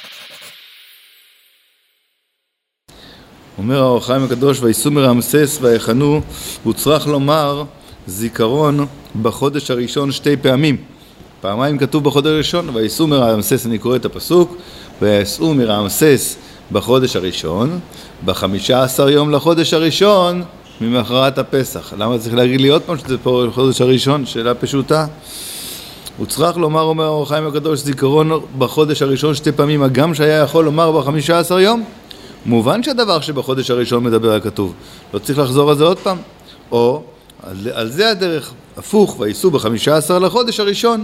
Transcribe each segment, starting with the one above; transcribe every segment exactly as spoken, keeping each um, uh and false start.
אומר האור החיים הקדוש, וייסעו מרעמסס ויחנו, הוא צריך לומר זיכרון בחודש הראשון שתי פעמים. פעמיים כתוב בחודש הראשון, וייסעו מרעמסס, אני קורא את הפסוק, וייסעו מרעמסס בחודש הראשון, בחמישה עשר יום לחודש הראשון, ממחרת הפסח. למה צריך להגיד לי עוד פעם שזה פה בחודש הראשון? שאלה פשוטה. הוא צריך לומר, אומר האור החיים הקדוש, זיכרון בחודש הראשון שתי פעמים, הגם שהיה יכול לומר בחמישה עשר יום. מובן שהדבר שבחודש הראשון מדבר הכתוב, לא צריך לחזור על זה עוד פעם. או, על, על זה הדרך, הפוך, וייסעו בחמישה עשר לחודש הראשון.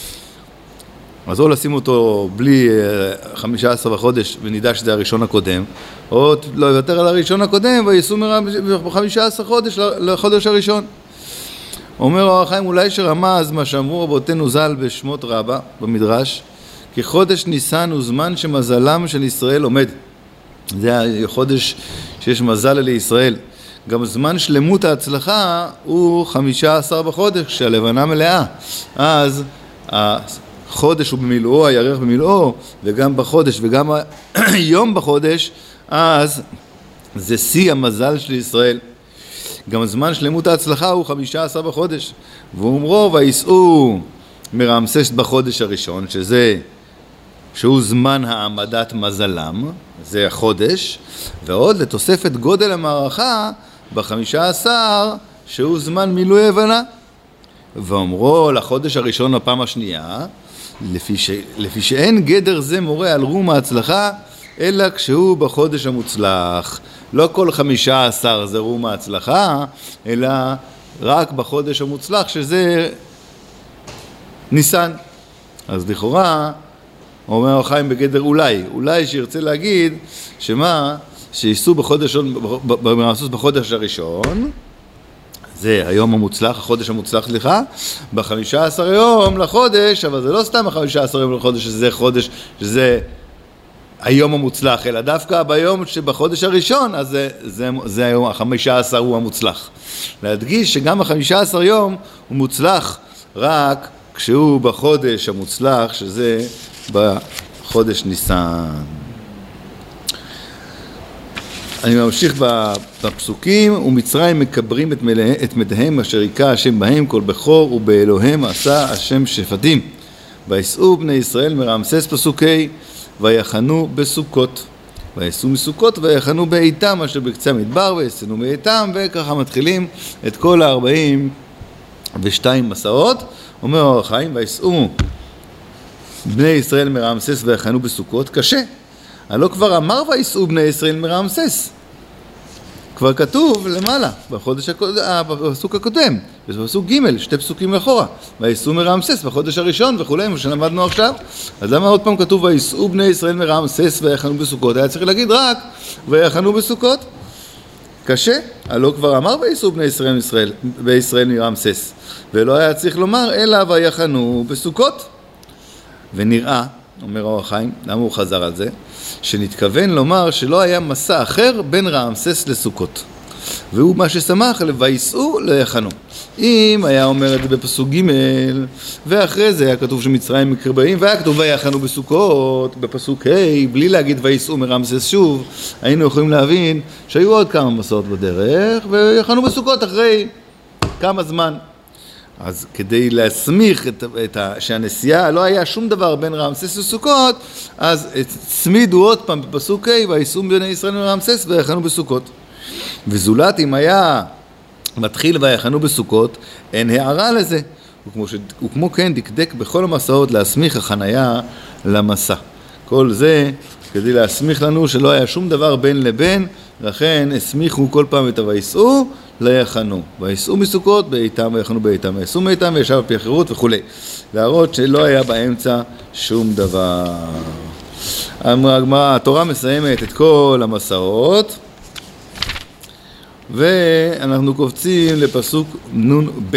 אז או לשים אותו בלי חמישה עשר בחודש ונדע שזה הראשון הקודם, או לא יותר על הראשון הקודם, וייסעו בחמישה עשר חודש לחודש הראשון. אומר האור החיים, אולי שרמז מה שאמרו רבותינו ז"ל בשמות רבה, במדרש, כי חודש ניסן הוא זמן שמזלם של ישראל עומד. זה החודש שיש מזל לישראל. גם זמן שלמות ההצלחה הוא חמישה עשר בחודש, כשהלבנה מלאה. אז החודש הוא במילואו, הירח במילואו, וגם בחודש וגם היום בחודש, אז זה שיא המזל של ישראל. גם זמן שלמות ההצלחה הוא חמישה עשר בחודש. ואומרו, וייסעו מרעמסס בחודש הראשון, שזה שהוא זמן העמדת מזלם, זה החודש, ועוד לתוספת גודל המערכה בחמישה עשר, שהוא זמן מילוי הבנה. ואומרו לחודש הראשון הפעם השנייה, לפי, ש... לפי שאין גדר זה מורה על רום ההצלחה, אלא כשהוא בחודש המוצלח. לא כל חמישה עשר זה רום ההצלחה, אלא רק בחודש המוצלח, שזה ניסן. אז לכאורה, אומר האור החיים בגדר אולי, אולי שירצה להגיד שמה, שייסעו בחודש, במרעמסס בחודש הראשון, זה היום המוצלח, החודש המוצלח, סליחה, בחמישה עשר יום לחודש, אבל זה לא סתם החמישה עשר יום לחודש, שזה חודש, שזה היום המוצלח, אלא דווקא ביום שבחודש הראשון, אז זה, זה, זה היום, החמישה עשר הוא המוצלח. להדגיש שגם החמישה עשר יום הוא מוצלח רק כשהוא בחודש המוצלח, שזה בחודש ניסן. אני ממשיך בפסוקים, ומצרים מקברים את, מלא, את מדיהם אשר היכה השם בהם כל בכור, ובאלוהם עשה השם שפטים. וייסעו בני ישראל מרעמסס פסוקי, ויחנו בסוכות. וייסעו מסוכות ויחנו באיתם אשר בקצה המדבר, ויסענו באיתם, וככה מתחילים את כל הארבעים ושתיים מסעות. אומר האור החיים, וייסעו בני ישראל מרעמסס ויחנו בסוכות, קשה. הלא כבר אמר וייסעו בני ישראל מרעמסס. כבר כתוב למעלה, בחודש הקודם, בפסוק הקודם, בפסוק ג', שתי פסוקים לאחורה. וייסעו מרעמסס בחודש הראשון וכולי, מה שלמדנו עכשיו. אז למה עוד פעם כתוב וייסעו בני ישראל מרעמסס ויחנו בסוכות? היה צריך להגיד רק ויחנו בסוכות. קשה, הלא כבר אמר וייסעו בני ישראל, ישראל בישראל מרעמסס. ולא היה צריך לומר אלא ויחנו בסוכות. ונראה, אומר האור החיים, למה הוא חזר על זה? שנתכוון לומר שלא היה מסע אחר בין רעמסס לסוכות. והוא מה ששמח, וייסעו ליחנו. אם היה אומר את זה בפסוק ג' ואחרי זה היה כתוב שמצרים מקרבעים, והיה כתוב ויחנו בסוכות בפסוק ה', בלי להגיד וייסעו מרעמסס שוב, היינו יכולים להבין שהיו עוד כמה מסעות בדרך, ויחנו בסוכות אחרי כמה זמן. אז כדי להסמיך את, את ה, שהנסיעה לא היה שום דבר בין רעמסס לסוכות, אז צמידו עוד פעם בפסוק ה' וייסעו בני ישראל מרעמסס ויחנו בסוכות. וזולת אם היה מתחיל ויחנו בסוכות, אין הערה לזה. וכמו, ש, וכמו כן דקדק בכל המסעות להסמיך החנייה למסע. כל זה כדי להסמיך לנו שלא היה שום דבר בין לבין, לכן הסמיכו כל פעם את הוייסעו ליחנו. וייסעו מסוכות באיתם ויחנו באיתם. וייסעו מאיתם וישב על פי החירות וכו'. להראות שלא היה באמצע שום דבר. התורה מסיימת את כל המסעות, ואנחנו קופצים לפסוק נון ב'.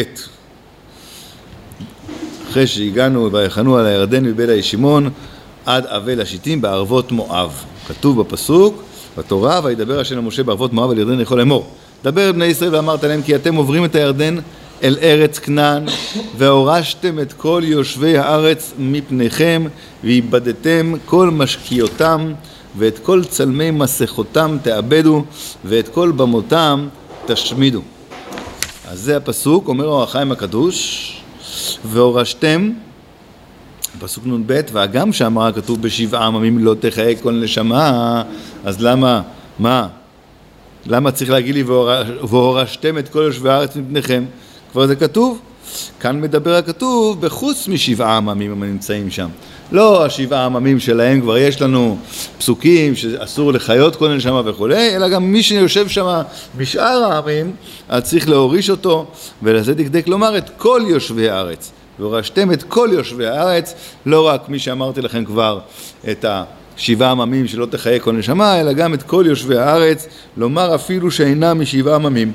אחרי שהגענו ויחנו על הירדן מבית הישימון עד אבל השיטים בערבות מואב. כתוב בפסוק בתורה, וידבר השם למשה בערבות מואב על ירדן יכול לאמור. דבר בני ישראל ואמרת להם כי אתם עוברים את הירדן אל ארץ כנען, והורשתם את כל יושבי הארץ מפניכם, ואיבדתם כל משקיעותם, ואת כל צלמי מסכותם תאבדו, ואת כל במותם תשמידו. אז זה הפסוק, אומר אור החיים הקדוש, והורשתם, פסוק נון ב', והגם שאמרה כתוב בשבעה עממים לא תחיה כל נשמה, אז למה, מה? למה צריך להגיד לי והורשתם את כל יושבי הארץ מפניכם? כבר זה כתוב. כאן מדבר הכתוב בחוץ משבעה עממים הנמצאים שם. לא השבעה עממים שלהם, כבר יש לנו פסוקים שאסור לחיות כל נשמה וכו', אלא גם מי שיושב שם בשאר העמים, אז צריך להוריש אותו, ולזה דקדק לומר את כל יושבי הארץ. והורשתם את כל יושבי הארץ, לא רק מי שאמרתי לכם כבר את השבעה עממים שלא תחיה כל נשמה, אלא גם את כל יושבי הארץ, לומר אפילו שאינם משבעה עממים.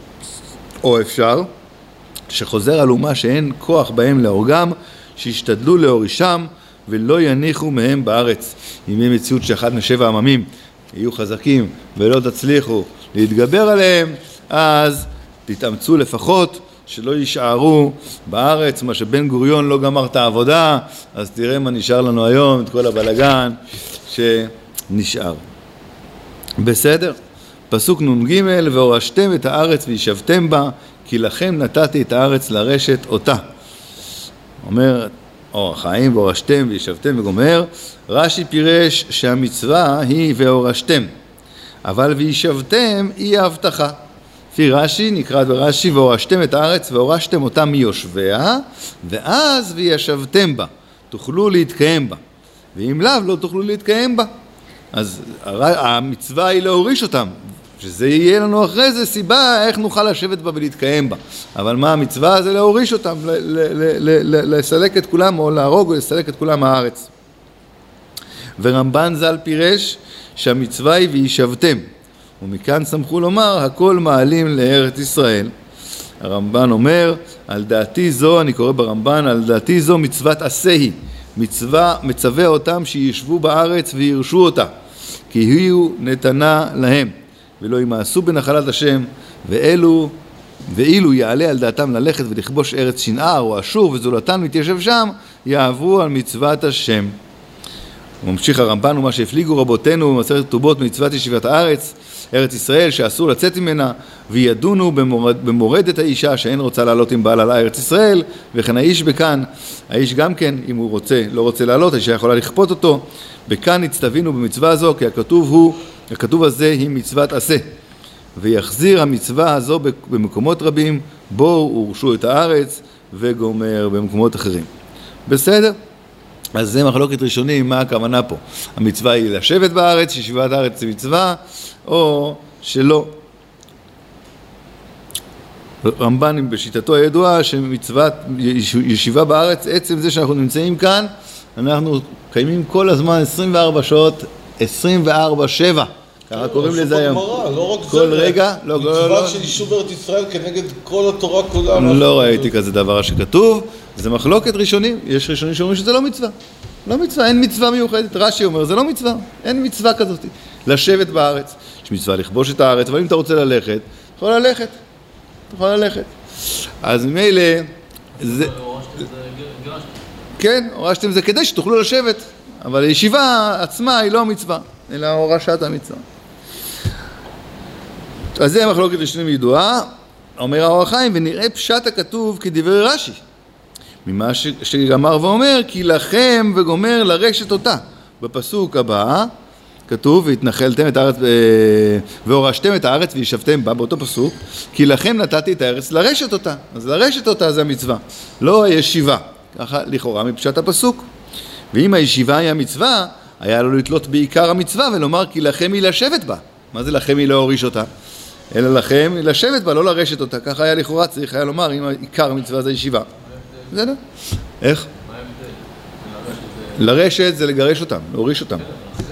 או אפשר שחוזר על אומה שאין כוח בהם להורגם, שישתדלו להורישם ולא יניחו מהם בארץ. אם יהיה מציאות שאחד משבע עממים יהיו חזקים ולא תצליחו להתגבר עליהם, אז תתאמצו לפחות שלא יישארו בארץ. מה שבן גוריון לא גמר את העבודה, אז תראה מה נשאר לנו היום, את כל הבלגן שנשאר. בסדר? פסוק נון ג' והורשתם את הארץ וישבתם בה, כי לכם נתתי את הארץ לרשת אותה. אומר אור החיים, והורשתם וישבתם, וגומר, רש"י פירש שהמצווה היא והורשתם, אבל וישבתם היא ההבטחה. לפי רש"י נקרא ברש"י והורשתם את הארץ והורשתם אותה מיושביה, ואז וישבתם בה, תוכלו להתקיים בה, ואם לאו לא תוכלו להתקיים בה. אז המצווה היא להוריש אותם, שזה יהיה לנו אחרי זה סיבה איך נוכל לשבת בה ולהתקיים בה. אבל מה המצווה? זה להוריש אותם, לסלק את כולם, או להרוג או לסלק את כולם מהארץ. ורמב"ן ז"ל פירש שהמצווה היא וישבתם, ומכאן שמחו לומר הכל מעלים לארץ ישראל. הרמב"ן אומר, על דעתי זו, אני קורא ברמב"ן, על דעתי זו מצוות עשה היא, מצווה מצווה אותם שישבו בארץ וירשו אותה, כי היא נתנה להם, ולא ימאסו בנחלת השם, ואלו, ואילו יעלה על דעתם ללכת ולכבוש ארץ שנער או אשור וזולתן מתיישב שם, יעברו על מצוות השם. הוא ממשיך הרמב"ן, ומה שהפליגו רבותינו במסכת כתובות מצוות ישיבת הארץ, ארץ ישראל, שאסור לצאת ממנה, וידונו במורד, במורדת האישה שאין רוצה לעלות עם בעלה לארץ ישראל, וכן האיש בכאן, האיש גם כן, אם הוא רוצה, לא רוצה לעלות, האישה יכולה לכפות אותו, בכאן הצטווינו במצווה הזו, כי הכתוב הוא, הכתוב הזה היא מצוות עשה, ויחזיר המצווה הזו במקומות רבים, בואו הורשו את הארץ, וגומר במקומות אחרים. בסדר? אז זה מחלוקת ראשונים, מה הכוונה פה? המצווה היא לשבת בארץ, ישיבת הארץ זה מצווה, או שלא. רמב"ן בשיטתו הידועה שמצוות ישיבה בארץ, עצם זה שאנחנו נמצאים כאן, אנחנו קיימים כל הזמן עשרים וארבע שעות, עשרים וארבע שבע. ככה קוראים לזה היום. לא רק כל רגע, לא, לא, לא. מצווה של יישוב ארץ ישראל כנגד כל התורה כולה. לא ראיתי כזה דבר שכתוב, זה מחלוקת ראשונים, יש ראשונים שאומרים שזה לא מצווה. לא מצווה, אין מצווה מיוחדת. רש"י אומר, זה לא מצווה, אין מצווה כזאת. לשבת בארץ, יש מצווה לכבוש את הארץ, אבל אם אתה רוצה ללכת, יכול ללכת, יכול ללכת. אז מילא, זה... כן, הורשתם זה כדי שתוכלו לשבת, אבל הישיבה עצמה היא לא מצווה, אלא הורשת המצווה. אז זה מחלוקת ראשונים ידועה, אומר האור החיים, ונראה פשט הכתוב כדברי רש"י, ממה שגמר ואומר, כי לכם וגומר לרשת אותה. בפסוק הבא כתוב, והתנחלתם את הארץ, והורשתם את הארץ וישבתם בה, באותו פסוק, כי לכם נתתי את הארץ לרשת אותה. אז לרשת אותה זה המצווה, לא הישיבה. ככה לכאורה מפשט הפסוק. ואם הישיבה היא המצווה, היה לו לתלות בעיקר המצווה ולומר, כי לכם היא לשבת בה. מה זה לכם היא להוריש אותה? אלא לכם היא לשבת בה, לא לרשת אותה. ככה היה לכאורה, צריך היה לומר, אם עיקר המצווה זה הישיבה. זה לא? איך? לרשת זה לגרש אותם, להוריש אותם.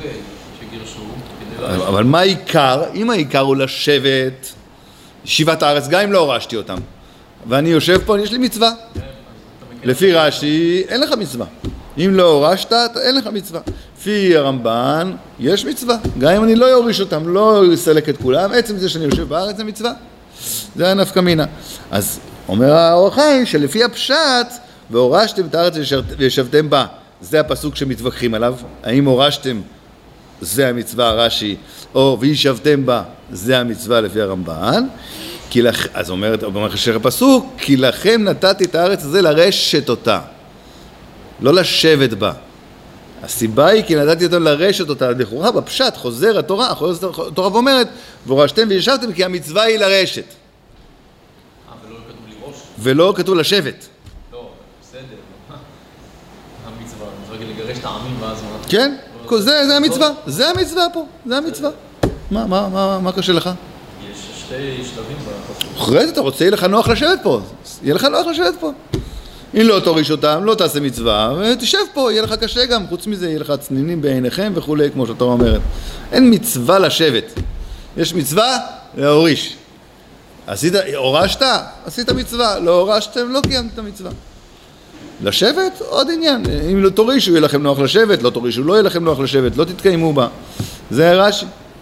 אבל מה העיקר? אם העיקר הוא לשבת, ישיבת הארץ, גם אם לא הורשתי אותם, ואני יושב פה, יש לי מצווה. לפי רש"י, אין לך מצווה. אם לא הורשת, אין לך מצווה. לפי הרמב"ן, יש מצווה. גם אם אני לא יוריש אותם, לא אסלק את כולם, עצם זה שאני יושב בארץ זה מצווה. זה הנפקא מינה. אז אומר האור החיים שלפי הפשט, והורשתם את הארץ וישבתם בה, זה הפסוק שמתווכחים עליו, האם הורשתם, זה המצווה הרש"י, או וישבתם בה, זה המצווה לפי הרמב"ן, כי לכ... אז אומרת, אומר חשר הפסוק, כי לכם נתתי את הארץ הזה לרשת אותה, לא לשבת בה. הסיבה היא כי נתתי אותם לרשת אותה, לכאורה בפשט חוזר התורה, חוזר התורה ואומרת, והורשתם וישבתם כי המצווה היא לרשת. אה, ולא כתוב לראש? ולא כתוב לשבת. לא, בסדר. המצווה, זה רגע לגרש את העמים ואז מה? כן, זה, זה המצווה, זה המצווה פה, זה המצווה. מה, מה, מה, מה קשה לך? יש שתי שלבים בפסוק. אחרי זה אתה רוצה, יהיה לך נוח לשבת פה, יהיה לך נוח לשבת פה. אם לא תוריש אותם, לא תעשה מצווה, ותשב פה, יהיה לך קשה גם, חוץ מזה יהיה לך צנינים בעיניכם וכולי, כמו שאתה אומרת. אין מצווה לשבת, יש מצווה להוריש. עשית, הורשת? עשית מצווה, לא הורשתם, לא קיימת את המצווה. לשבת, עוד עניין, אם לא תורישו, יהיה לכם נוח לשבת, לא תורישו, לא יהיה לכם נוח לשבת, לא תתקיימו בה. זה רש"י.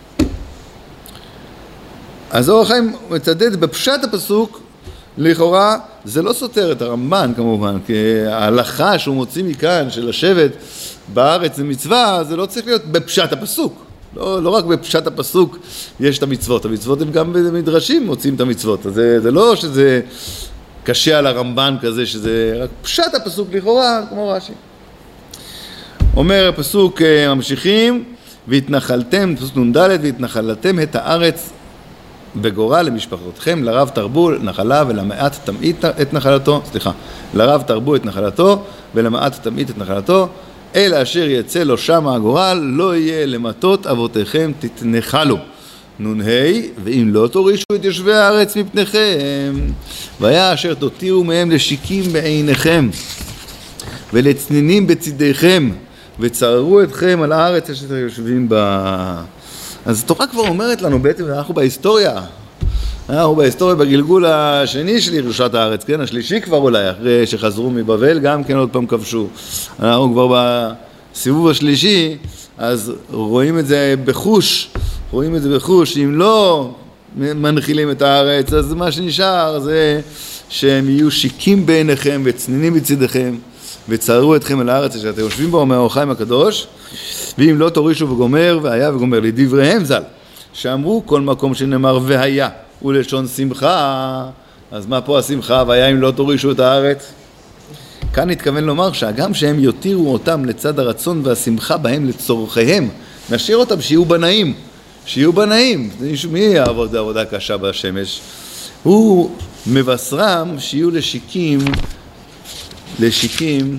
אז אור החיים מצדד בפשט הפסוק, לכאורה זה לא סותר את הרמב"ן כמובן, כי ההלכה שהוא מוציא מכאן של לשבת בארץ זה מצווה, זה לא צריך להיות בפשט הפסוק. לא, לא רק בפשט הפסוק יש את המצוות, המצוות הם גם במדרשים מוצאים את המצוות, זה, זה לא שזה קשה על הרמב"ן כזה, שזה רק פשט הפסוק לכאורה, כמו רש"י. אומר הפסוק, ממשיכים, והתנחלתם, פסוק נ"ד, והתנחלתם את הארץ בגורל למשפחותיכם, לרב תרבו נחלה ולמעט תמעיט את נחלתו, סליחה, לרב תרבו את נחלתו ולמעט תמעיט את נחלתו, אלא אשר יצא לו שם הגורל, לא יהיה למטות אבותיכם תתנחלו. נ"ה, ואם לא תורישו את יושבי הארץ מפניכם, והיה אשר תותירו מהם לשיקים בעיניכם ולצנינים בצדיכם, וצררו אתכם על הארץ אשר יושבים בה. אז התורה כבר אומרת לנו, בעצם אנחנו בהיסטוריה, אנחנו בהיסטוריה בגלגול השני של ירושת הארץ, כן, השלישי כבר אולי, אחרי שחזרו מבבל, גם כן עוד פעם כבשו. אנחנו כבר בסיבוב השלישי, אז רואים את זה בחוש, רואים את זה בחוש, אם לא מנחילים את הארץ, אז מה שנשאר זה שהם יהיו שיקים בעיניכם וצנינים בצדיכם, וצערו אתכם על הארץ שאתם יושבים בו, אומר האור החיים הקדוש, ואם לא תורישו וגומר, והיה וגומר לדבריהם ז"ל, שאמרו כל מקום שנאמר והיה, ולשון שמחה, אז מה פה השמחה, והיה אם לא תורישו את הארץ? כאן התכוון לומר שהגם שהם יותירו אותם לצד הרצון והשמחה בהם לצורכיהם, נשאיר אותם שיהיו בנאים, שיהיו בנאים, מי יעבוד עבודה קשה בשמש? הוא מבשרם שיהיו לשיקים, לשיקים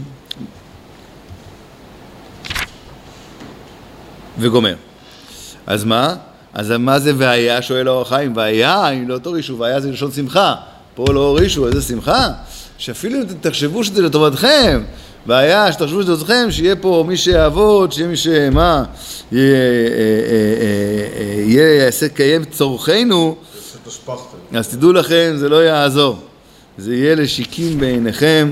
וגומר. אז מה? אז מה זה והיה? שואל האור החיים, והיה אם לא תורישו, והיה זה לשון שמחה, פה לא הורישו, איזה שמחה? שאפילו תחשבו שזה לטובתכם, והיה שתחשבו שזה לטובתכם, שיהיה פה מי שיעבוד, שיהיה מי שמה, יהיה יעשה קיים צורכנו, אז תדעו לכם, זה לא יעזור, זה יהיה לשיקים בעיניכם,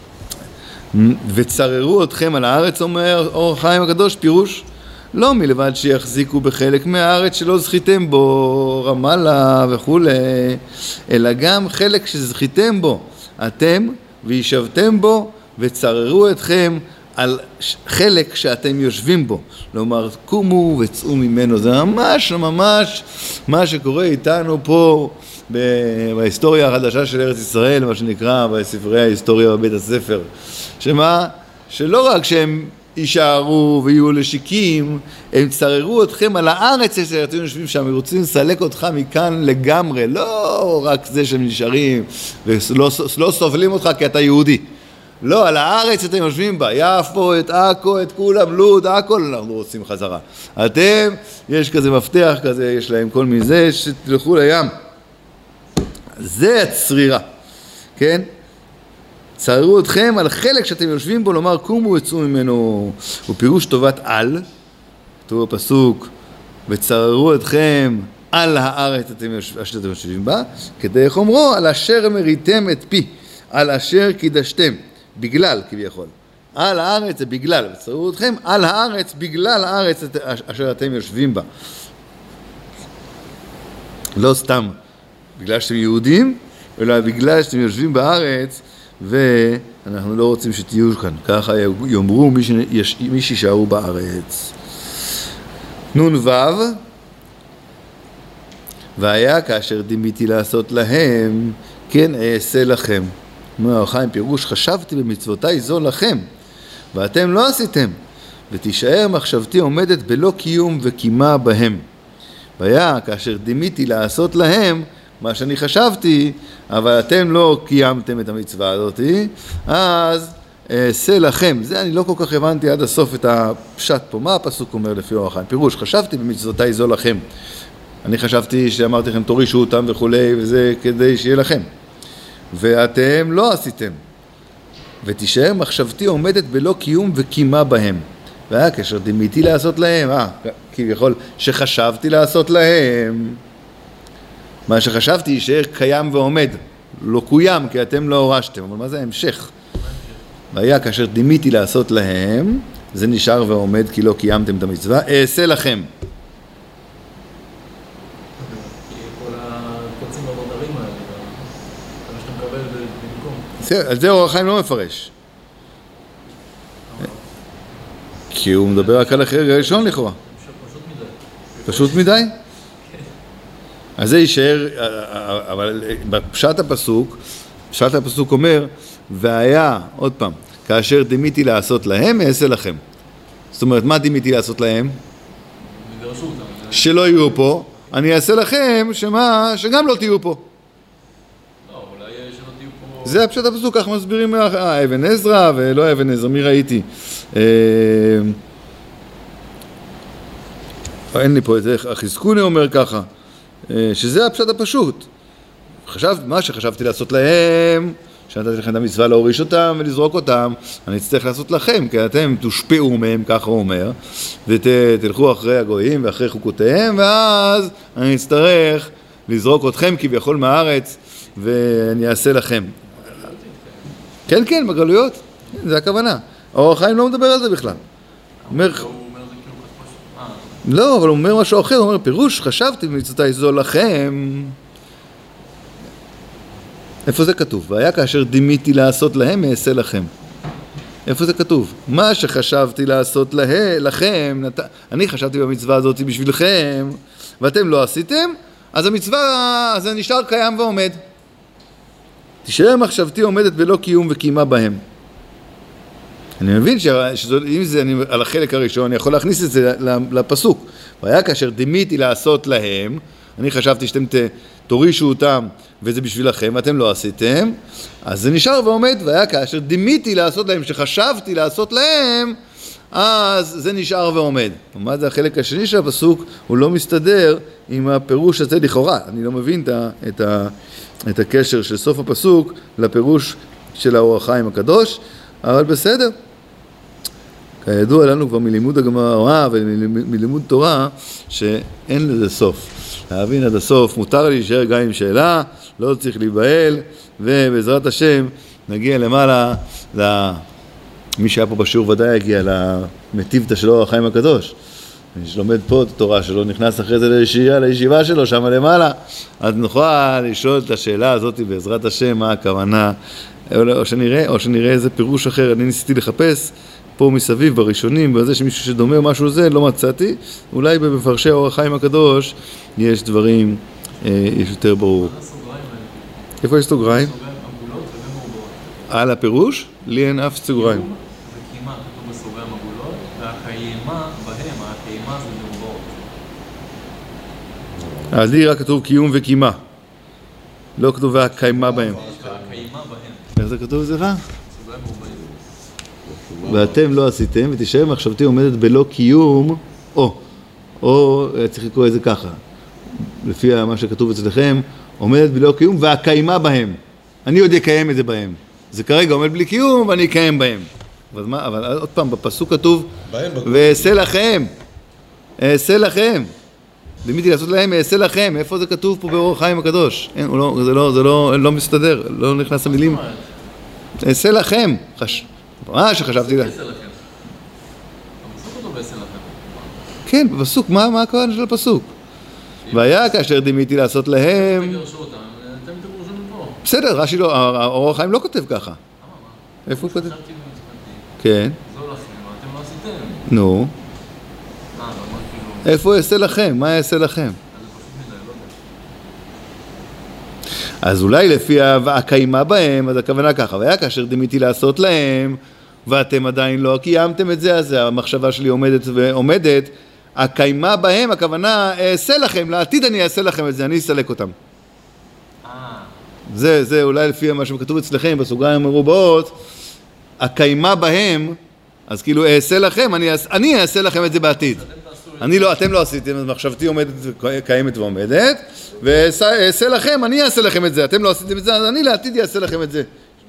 וצררו אתכם על הארץ, אומר אור החיים הקדוש, פירוש, לא מלבד שיחזיקו בחלק מהארץ שלא זכיתם בו, רמאללה וכו', אלא גם חלק שזכיתם בו, אתם וישבתם בו וצררו אתכם על חלק שאתם יושבים בו. כלומר, קומו וצאו ממנו. זה ממש ממש מה שקורה איתנו פה בהיסטוריה החדשה של ארץ ישראל, מה שנקרא בספרי ההיסטוריה בבית הספר. שמה? שלא רק שהם יישארו ויהיו לשיקים, הם צררו אתכם על הארץ שאתם יושבים שם, רוצים לסלק אותך מכאן לגמרי, לא רק זה שהם נשארים ולא לא סובלים אותך כי אתה יהודי, לא, על הארץ שאתם יושבים בה, יפו, את עכו, את כולם, לוד, הכל אנחנו רוצים חזרה. אתם, יש כזה מפתח כזה, יש להם כל מזה, שתלכו לים. זה הצרירה, כן? צערו אתכם על חלק שאתם יושבים בו, לומר קומו וצאו ממנו. הוא פירוש טובת על, כתוב בפסוק, וצערו אתכם על הארץ שאתם יושבים בה, כדי איך אומרו, על אשר מריתם את פי, על אשר קידשתם, בגלל כביכול. על הארץ זה בגלל, וצערו אתכם על הארץ בגלל הארץ אשר אתם יושבים בה. לא סתם בגלל שאתם יהודים, אלא בגלל שאתם יושבים בארץ, ואנחנו לא רוצים שתהיו כאן. ככה יאמרו מי, שיש, מי שישארו בארץ. נון וו, והיה כאשר דימיתי לעשות להם, כן אעשה לכם. אומר החיים פירוש, חשבתי במצוותיי זו לכם, ואתם לא עשיתם, ותישאר מחשבתי עומדת בלא קיום וקימה בהם. והיה כאשר דימיתי לעשות להם, מה שאני חשבתי, אבל אתם לא קיימתם את המצווה הזאת, אז אעשה לכם. זה אני לא כל כך הבנתי עד הסוף את הפשט פה. מה הפסוק אומר לפי אור החיים? פירוש, חשבתי במצוותיי זו לכם. אני חשבתי שאמרתי לכם תורישו אותם וכולי, וזה כדי שיהיה לכם. ואתם לא עשיתם. ותישאר מחשבתי עומדת בלא קיום וקימה בהם. והיה כאשר דימיתי לעשות להם, אה, כביכול שחשבתי לעשות להם. מה שחשבתי יישאר קיים ועומד, לא קוים כי אתם לא הורשתם. אבל מה זה ההמשך? והיה כאשר דימיתי לעשות להם, זה נשאר ועומד כי לא קיימתם את המצווה, אעשה לכם. על זה אור החיים לא מפרש. כי הוא מדבר רק על החלק הראשון לכאורה. פשוט מדי? אז זה יישאר, אבל בפשט הפסוק, פשט הפסוק אומר, והיה, עוד פעם, כאשר דימיתי לעשות להם, אעשה לכם. זאת אומרת, מה דימיתי לעשות להם? שלא יהיו פה. אני אעשה לכם שמה, שגם לא תהיו פה. זה הפשט הפסוק, כך מסבירים אבן עזרא ולא אבן עזרא, מי ראיתי? אין לי פה את זה, החזקוני אומר ככה, שזה הפשט הפשוט. חשב, מה שחשבתי לעשות להם, שנתתי לכם את המצווה להוריש אותם ולזרוק אותם, אני אצטרך לעשות לכם, כי אתם תושפעו מהם, ככה הוא אומר, ותלכו אחרי הגויים ואחרי חוקותיהם, ואז אני אצטרך לזרוק אתכם כביכול מהארץ, ואני אעשה לכם. כן, כן, בגלויות, זה הכוונה. אור החיים לא מדבר על זה בכלל. אומר... לא, אבל הוא אומר משהו אחר, הוא אומר, פירוש, חשבתי במצוותיי זו לכם. איפה זה כתוב? והיה כאשר דימיתי לעשות להם, אעשה לכם. איפה זה כתוב? מה שחשבתי לעשות לה, לכם, נת... אני חשבתי במצווה הזאת בשבילכם, ואתם לא עשיתם, אז המצווה, זה נשאר קיים ועומד. תישאר מחשבתי עומדת בלא קיום וקימה בהם. אני מבין שאם זה אני, על החלק הראשון, אני יכול להכניס את זה לפסוק. והיה כאשר דימיתי לעשות להם, אני חשבתי שאתם ת, תורישו אותם וזה בשבילכם, ואתם לא עשיתם, אז זה נשאר ועומד. והיה כאשר דימיתי לעשות להם, שחשבתי לעשות להם, אז זה נשאר ועומד. מה זה החלק השני של הפסוק? הוא לא מסתדר עם הפירוש הזה לכאורה. אני לא מבין את, ה, את, ה, את הקשר של סוף הפסוק לפירוש של האור החיים הקדוש, אבל בסדר. כידוע לנו כבר מלימוד הגמרא ומלימוד תורה שאין לזה סוף. להבין עד הסוף, מותר להישאר גם עם שאלה, לא צריך להיבהל, ובעזרת השם נגיע למעלה, מי שהיה פה בשיעור ודאי יגיע למטיבתא של אור החיים הקדוש. מי שלומד פה את התורה שלו, נכנס אחרי זה לישיבה, לישיבה שלו, שם למעלה, אז נוכל לשאול את השאלה הזאת בעזרת השם, מה הכוונה, או שנראה, או שנראה איזה פירוש אחר. אני ניסיתי לחפש פה מסביב בראשונים, בזה שמישהו שדומה משהו זה, לא מצאתי. אולי במפרשי אור החיים הקדוש יש דברים, אה, יש יותר ברור. איפה יש סוגריים? על הפירוש? לי אין אף סוגריים. וקימה כתוב בסוגריים עגולות, והקיימה בהם, הקיימה זה מעוברות. אז לי רק כתוב קיום וקימה. לא כתוב והקיימה בהם. והקיימה בהם. איך זה כתוב זה רע? ואתם לא עשיתם, ותישאר מחשבתי עומדת בלא קיום, או, או צריך לקרוא את זה ככה, לפי מה שכתוב אצלכם, עומדת בלא קיום והקיימה בהם. אני עוד אקיים את זה בהם. זה כרגע עומד בלי קיום ואני אקיים בהם. אבל מה, אבל עוד פעם, בפסוק כתוב, ואעשה לכם, אעשה לכם. דימיתי לעשות להם, אעשה לכם. איפה זה כתוב פה באור החיים הקדוש? אין, לא, זה לא, זה לא, לא מסתדר, לא נכנס למילים. אעשה לכם. חש... מה שחשבתי לה. כן, בפסוק, מה, מה הכוונה של הפסוק? והיה כאשר דימיתי לעשות להם... בסדר, רש"י לא, האור החיים לא כותב ככה. איפה הוא כותב? חשבתי במצוותי. כן. זו לכם, אתם לא עשיתם. נו. אה, אבל מה כאילו... איפה יעשה לכם? מה יעשה לכם? אז זה פשוט מדי, לא יודע. אז אולי לפי הקיימה בהם, אז הכוונה ככה, והיה כאשר דמיתי לעשות להם, ואתם עדיין לא קיימתם את זה, אז המחשבה שלי עומדת ועומדת, הקיימה בהם, הכוונה, אעשה לכם, לעתיד אני אעשה לכם את זה, אני אסלק אותם. אה. זה, זה אולי לפי מה שכתוב אצלכם, בסוגריים מרובעות, הקיימה בהם, אז כאילו אעשה לכם, אני, אני אעשה לכם את זה בעתיד. אני לא, אתם לא עשיתם, אז מחשבתי עומדת, קיימת ועומדת, ואעשה לכם, אני אעשה לכם את זה, אתם לא עשיתם את זה, אז אני לעתיד אעשה לכם את זה.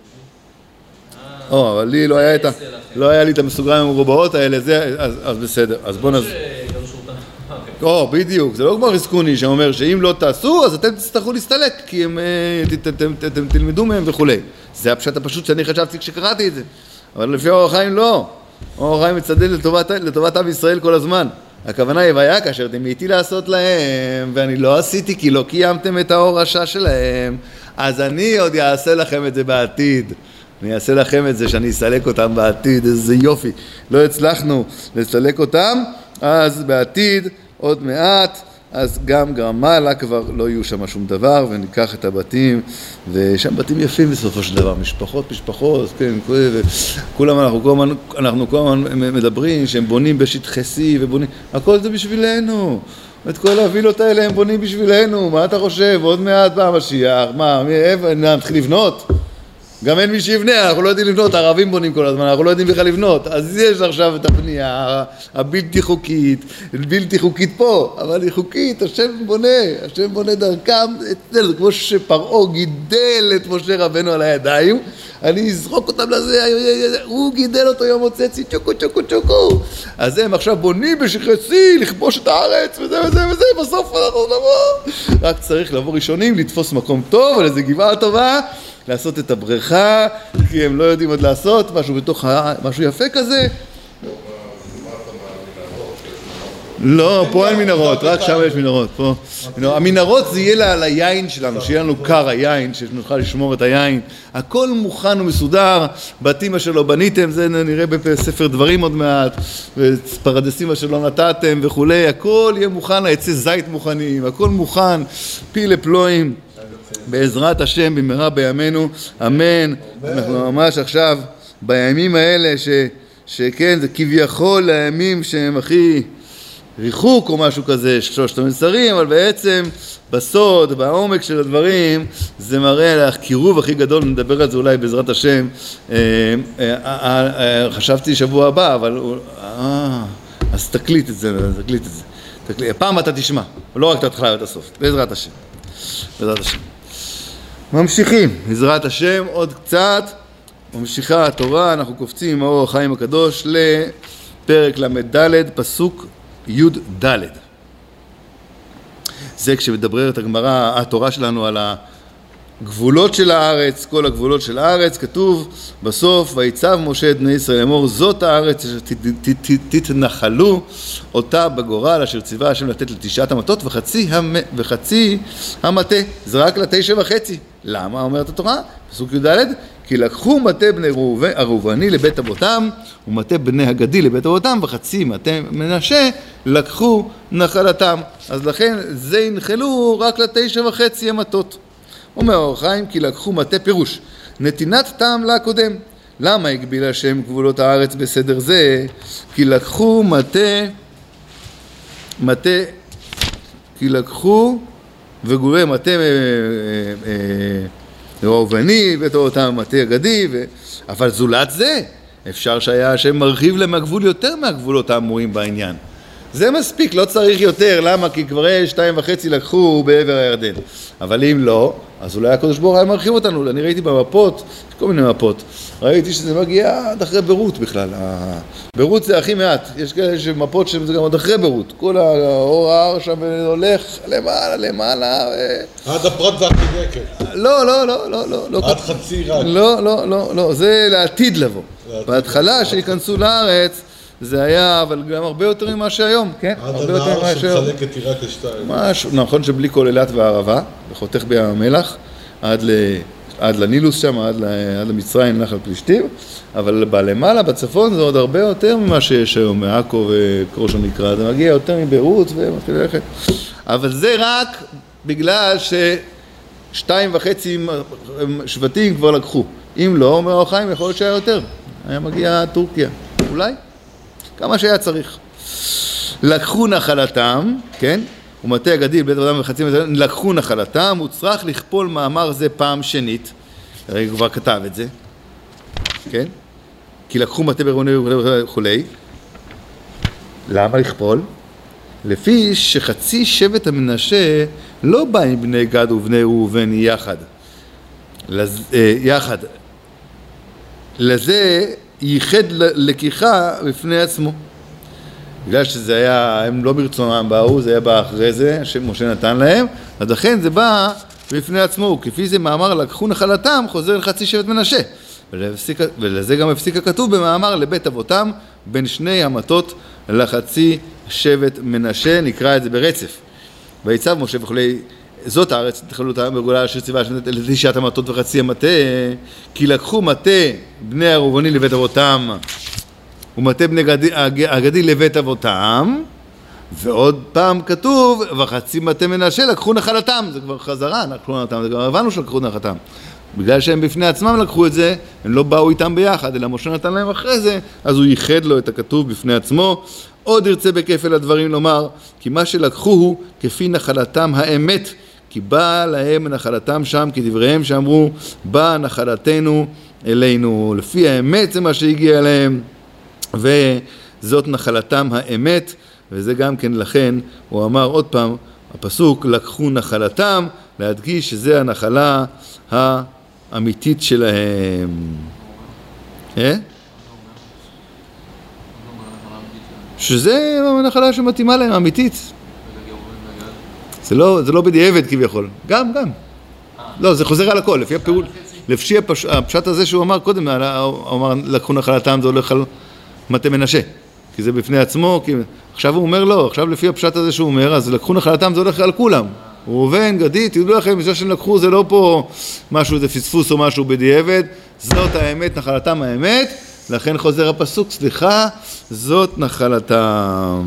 או, אבל לי לא היה את ה... לא היה לי את המסוגריים המרובעות האלה, זה, אז בסדר, אז בוא נז... או, בדיוק, זה לא כמו ריסקוני שאומר שאם לא תעשו, אז אתם תצטרכו להסתלק, כי אתם תלמדו מהם וכולי. זה הפשט הפשוט שאני חשבתי כשקראתי את זה. אבל לפי אור החיים לא. אור החיים מצדד לטובת עם ישראל כל הזמן. הכוונה היא, והיה כאשר דמיתי לעשות להם, ואני לא עשיתי כי לא קיימתם את האור השע שלהם, אז אני עוד אעשה לכם את זה בעתיד. אני אעשה לכם את זה שאני אסלק אותם בעתיד, איזה יופי. לא הצלחנו לסלק אותם, אז בעתיד, עוד מעט, אז גם גרמלה כבר לא יהיו שם שום דבר, וניקח את הבתים, ושם בתים יפים בסופו של דבר, משפחות, משפחות, כן, וכולם אנחנו כל הזמן, אנחנו כל הזמן מדברים שהם בונים בשטחי C ובונים, הכל זה בשבילנו. את כל הווילות האלה הם בונים בשבילנו, מה אתה חושב? עוד מעט בא המשיח, מה, נתחיל לבנות? גם אין מי שיבנה, אנחנו לא יודעים לבנות, הערבים בונים כל הזמן, אנחנו לא יודעים בכלל לבנות, אז יש עכשיו את הבנייה הבלתי חוקית, בלתי חוקית פה, אבל היא חוקית, השם בונה, השם בונה דרכם, זה כמו שפרעה גידל את משה רבנו על הידיים, אני אזרוק אותם לזה, הוא גידל אותו יום מוצצי, צ'וקו צ'וקו צ'וקו, אז הם עכשיו בונים בשטחי C, לכבוש את הארץ, וזה וזה וזה, בסוף אנחנו נבוא, רק צריך לבוא ראשונים, לתפוס מקום טוב, על איזה גבעה טובה, לעשות את הבריכה, כי הם לא יודעים עוד לעשות, משהו בתוך, משהו יפה כזה. לא, פה אין מנהרות, רק שם יש מנהרות, פה. המנהרות זה יהיה ליין שלנו, שיהיה לנו קר היין, שנוכל לשמור את היין. הכל מוכן ומסודר, בתים אשר לא בניתם, זה נראה בספר דברים עוד מעט, ופרדסים אשר לא נתתם וכולי, הכל יהיה מוכן, עצי זית מוכנים, הכל מוכן, פילה פלואים. בעזרת השם במהרה בימינו, אמן. אנחנו ממש עכשיו בימים האלה ש, שכן, זה כביכול הימים שהם הכי ריחוק או משהו כזה, שלושת המסרים, אבל בעצם בסוד, בעומק של הדברים, זה מראה על הקירוב הכי גדול, נדבר על זה אולי בעזרת השם. חשבתי שבוע הבא, אבל אה, אז תקליט את זה, תקליט את זה. תקליט. פעם אתה תשמע, לא רק את ההתחלה ואת הסוף, בעזרת השם. בעזרת השם. ממשיכים, בעזרת השם, עוד קצת, ממשיכה התורה, אנחנו קופצים עם האור החיים הקדוש לפרק למד, פסוק י'-ד'. זה כשמדברת הגמרא, התורה שלנו על הגבולות של הארץ, כל הגבולות של הארץ, כתוב בסוף, ויצב משה את בני ישראל לאמור, זאת הארץ תתנחלו אותה בגורל אשר ציווה השם לתת לתשעת המטות וחצי, המ... וחצי המטה, זה רק לתשע וחצי. למה אומרת התורה? פסוק י' כי לקחו מטה בני הראובני לבית אבותם ומטה בני הגדי לבית אבותם וחצי מטה מנשה לקחו נחלתם. אז לכן זה ינחלו רק לתשע וחצי המטות. אומר האור החיים כי לקחו מטה פירוש נתינת טעם לקודם. למה הגביל השם גבולות הארץ בסדר זה? כי לקחו מטה מטה כי לקחו וגורי מטה ראובני ואותם מטה הגדי ו... אבל זולת זה אפשר שהיה השם מרחיב להם הגבול יותר מהגבולות האמורים בעניין. זה מספיק, לא צריך יותר. למה? כי כבר שתיים וחצי לקחו בעבר הירדן. אבל אם לא, אז אולי הקדוש ברוך הוא היה מרחיב אותנו. אני ראיתי במפות, כל מיני מפות, ראיתי שזה מגיע עד אחרי בירות בכלל. בירות זה הכי מעט. יש כאלה שמפות שזה גם עד אחרי בירות. כל האור ההר שם הולך למעלה, למעלה. עד הפרט והחידקת. לא, לא, לא, לא, לא. עד חצי רק. לא, לא, לא, לא. זה לעתיד לבוא. בהתחלה שיכנסו לארץ, זה היה, אבל גם הרבה יותר ממה שהיום, כן? עד הנהר שמחלק את עיראק לשתיים. משהו, נכון שבלי כל אילת והערבה, וחותך בים המלח, עד עד לנילוס שם, עד, עד למצרים, נחל פלישתים, אבל בלמעלה, בצפון, זה עוד הרבה יותר ממה שיש היום, מעכו וכמו שנקרא, זה מגיע יותר מביירות ומתחיל ללכת. אבל זה רק בגלל ששתיים וחצי שבטים כבר לקחו. אם לא, אומר אור החיים, יכול להיות שהיה יותר. היה מגיע טורקיה, אולי? כמה שהיה צריך. לקחו נחלתם, כן? ומטה הגדיל, בית אדם וחצי מטה, לקחו נחלתם, הוא צריך לכפול מאמר זה פעם שנית, הרי הוא כבר כתב את זה, כן? כי לקחו מטה ברוני וכולי. למה לכפול? לפי שחצי שבט המנשה לא בא עם בני גד ובני ראובן יחד. לז, אה, יחד. לזה ייחד לקיחה בפני עצמו. בגלל שזה היה, הם לא ברצונם באו, זה היה בא אחרי זה, שמשה נתן להם, אז לכן זה בא בפני עצמו, כפי זה מאמר לקחו נחלתם, חוזר לחצי שבט מנשה. ולהפסיק, ולזה גם הפסיק הכתוב במאמר לבית אבותם, בין שני המטות לחצי שבט מנשה, נקרא את זה ברצף. ויצב משה וכולי, זאת הארץ, תחלו אותה בגולה אשר ציווה לתשעת המטות וחצי המטה, כי לקחו מטה בני הראובני לבית אבותם, ומטה בני הגדי לבית אבותם, ועוד פעם כתוב, וחצי מטה מנשה לקחו נחלתם, זה כבר חזרה, לקחו נחלתם, זה כבר הבנו שלקחו נחלתם. בגלל שהם בפני עצמם לקחו את זה, הם לא באו איתם ביחד, אלא משה נתן להם אחרי זה, אז הוא ייחד לו את הכתוב בפני עצמו. עוד ירצה בכפל הדברים לומר, כי מה שלקחו הוא כפי נחלתם האמת, כי באה להם נחלתם שם, כדבריהם שאמרו, באה נחלתנו אלינו, לפי האמת זה מה שהגיע אליהם, וזאת נחלתם האמת, וזה גם כן לכן, הוא אמר עוד פעם, הפסוק, לקחו נחלתם, להדגיש שזה הנחלה האמיתית שלהם. אה? שזה הנחלה שמתאימה להם, אמיתית. זה לא, זה לא בדיעבד כביכול. גם, גם. לא, זה חוזר על הכל, לפי הפירוט, לפי הפשט הזה שהוא אמר קודם, הוא אמר, לקחו נחלתם, זה הולך על מטה מנשה. כי זה בפני עצמו, כי עכשיו הוא אומר לא, עכשיו לפי הפשט הזה שהוא אומר, אז לקחו נחלתם, זה הולך על כולם. ראובן, גדי, תדעו לכם, זה שהם לקחו, זה לא פה משהו, איזה פספוס או משהו בדיעבד, זאת האמת, נחלתם האמת, לכן חוזר הפסוק, סליחה, זאת נחלתם.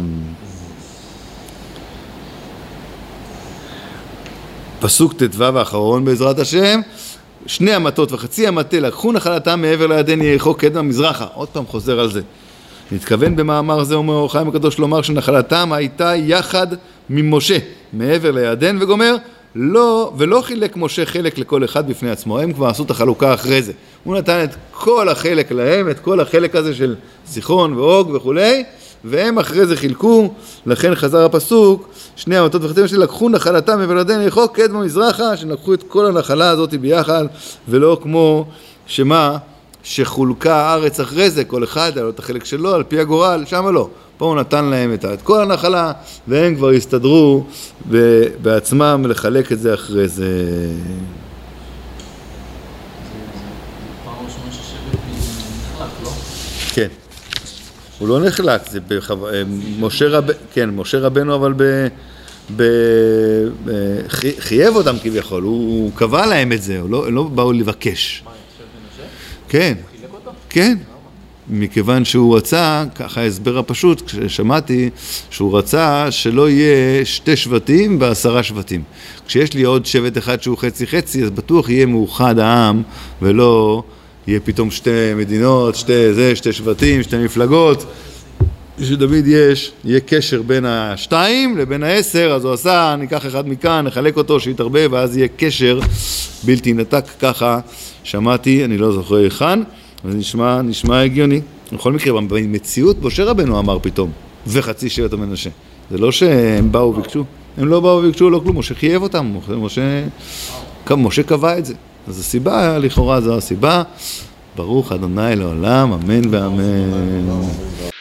פסוק תתווה האחרון בעזרת השם, שני המטות וחצי המטה לקחו נחלתם מעבר לירדן יריחו קדמה מזרחה. עוד פעם חוזר על זה. נתכוון במאמר זה, אומר אור החיים הקדוש, לומר שנחלתם הייתה יחד ממשה מעבר לירדן, וגומר, לא, ולא חילק משה חלק לכל אחד בפני עצמו, הם כבר עשו את החלוקה אחרי זה. הוא נתן את כל החלק להם, את כל החלק הזה של סיחון ואוג וכולי, והם אחרי זה חילקו, לכן חזר הפסוק, שני המטות וחצי שלי לקחו נחלתם מעבר לירדן יריחו קדמה מזרחה, שלקחו את כל הנחלה הזאת ביחד, ולא כמו שמה, שחולקה הארץ אחרי זה, כל אחד היה לו את החלק שלו, על פי הגורל, שם לא. פה הוא נתן להם את כל הנחלה, והם כבר הסתדרו בעצמם לחלק את זה אחרי זה. פעם ראשונה ששבט נחלק, לא? כן. הוא לא נחלק, זה משה רבנו, כן, משה רבנו, אבל חייב אותם כביכול, הוא קבע להם את זה, הם לא באו לבקש. כן, כן, מכיוון שהוא רצה, ככה ההסבר הפשוט, כששמעתי שהוא רצה שלא יהיה שתי שבטים בעשרה שבטים. כשיש לי עוד שבט אחד שהוא חצי חצי, אז בטוח יהיה מאוחד העם, ולא יהיה פתאום שתי מדינות, שתי, זה, שתי שבטים, שתי מפלגות. שדוד יש, יהיה קשר בין השתיים לבין העשר, אז הוא עשה, ניקח אחד מכאן, נחלק אותו, שיתרבה, ואז יהיה קשר בלתי נתק ככה. שמעתי, אני לא זוכר היכן, אז נשמע, נשמע הגיוני. בכל מקרה, במציאות, משה רבנו אמר פתאום, וחצי שבט המנשה. זה לא שהם באו וביקשו, הם לא באו וביקשו, לא כלום, משה חייב אותם, משה, משה קבע את זה. אז הסיבה, לכאורה זו הסיבה, ברוך אדוני לעולם, אמן ואמן.